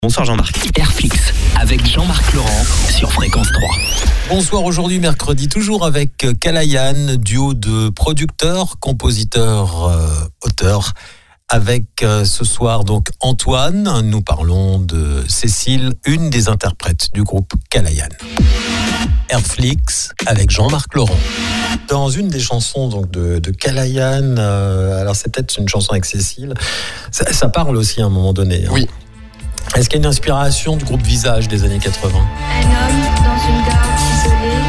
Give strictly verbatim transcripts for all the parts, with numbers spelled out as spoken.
Bonsoir Jean-Marc. Airflix avec Jean-Marc Laurent sur Fréquence trois. Bonsoir, aujourd'hui mercredi, toujours avec Kalayan, duo de producteurs, compositeurs, euh, auteurs. Avec euh, ce soir donc Antoine, nous parlons de Cécile, une des interprètes du groupe Kalayan. Airflix avec Jean-Marc Laurent. Dans une des chansons donc de, de Kalayan, euh, alors c'est peut-être une chanson avec Cécile, ça, ça parle aussi à un moment donné. Hein. Oui. Est-ce qu'il y a une inspiration du groupe Visage des années quatre-vingts ? Un homme dans une gare isolée,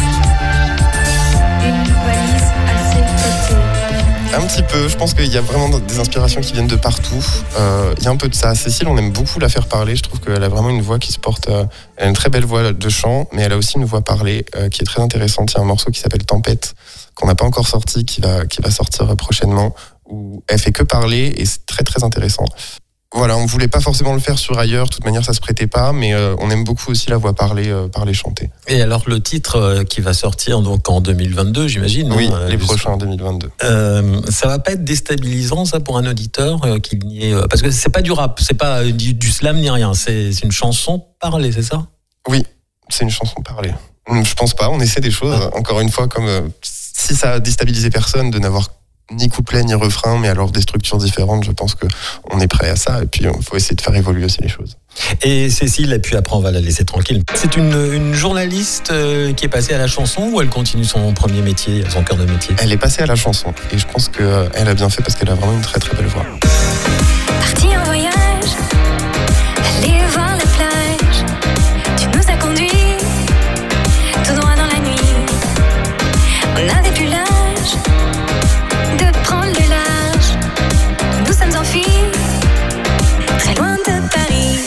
une valise à ses côtés. Un petit peu, je pense qu'il y a vraiment des inspirations qui viennent de partout. Euh, il y a un peu de ça. Cécile, on aime beaucoup la faire parler. Je trouve qu'elle a vraiment une voix qui se porte. Euh, elle a une très belle voix de chant, mais elle a aussi une voix parlée euh, qui est très intéressante. Il y a un morceau qui s'appelle Tempête, qu'on n'a pas encore sorti, qui va, qui va sortir prochainement, où elle fait que parler et c'est très très intéressant. Voilà, on ne voulait pas forcément le faire sur ailleurs, de toute manière ça se prêtait pas, mais euh, on aime beaucoup aussi la voix parler, euh, parler chanter. Et alors le titre euh, qui va sortir donc en deux mille vingt-deux, j'imagine. Oui, hein, les euh, prochains en deux mille vingt-deux. Euh, ça va pas être déstabilisant ça pour un auditeur euh, qu'il n'y ait, euh, parce que c'est pas du rap, c'est pas euh, du, du slam ni rien, c'est, c'est une chanson parlée, c'est ça ? Oui, c'est une chanson parlée. Je pense pas, on essaie des choses. Ah. Encore une fois, comme euh, si ça a déstabilisé personne de n'avoir ni couplet ni refrain, mais alors des structures différentes, je pense qu'on est prêt à ça, et puis il faut essayer de faire évoluer aussi les choses. Et Cécile, et puis après on va la laisser tranquille. C'est une, une journaliste euh, qui est passée à la chanson, ou elle continue son premier métier, son cœur de métier ? Elle est passée à la chanson, et je pense qu'elle a bien fait parce qu'elle a vraiment une très très belle voix. Parti en voyage, aller voir la plage, tu nous as conduits tout droit dans la nuit. On n'avait plus l'âge de prendre le large. Nous sommes enfuis très loin de Paris.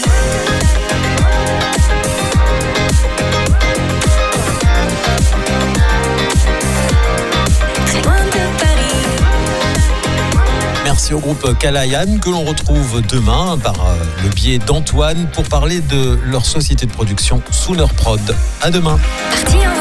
Très loin de Paris. Merci au groupe Kalayan que l'on retrouve demain par euh, le biais d'Antoine pour parler de leur société de production Sooner Prod. À demain. Parti en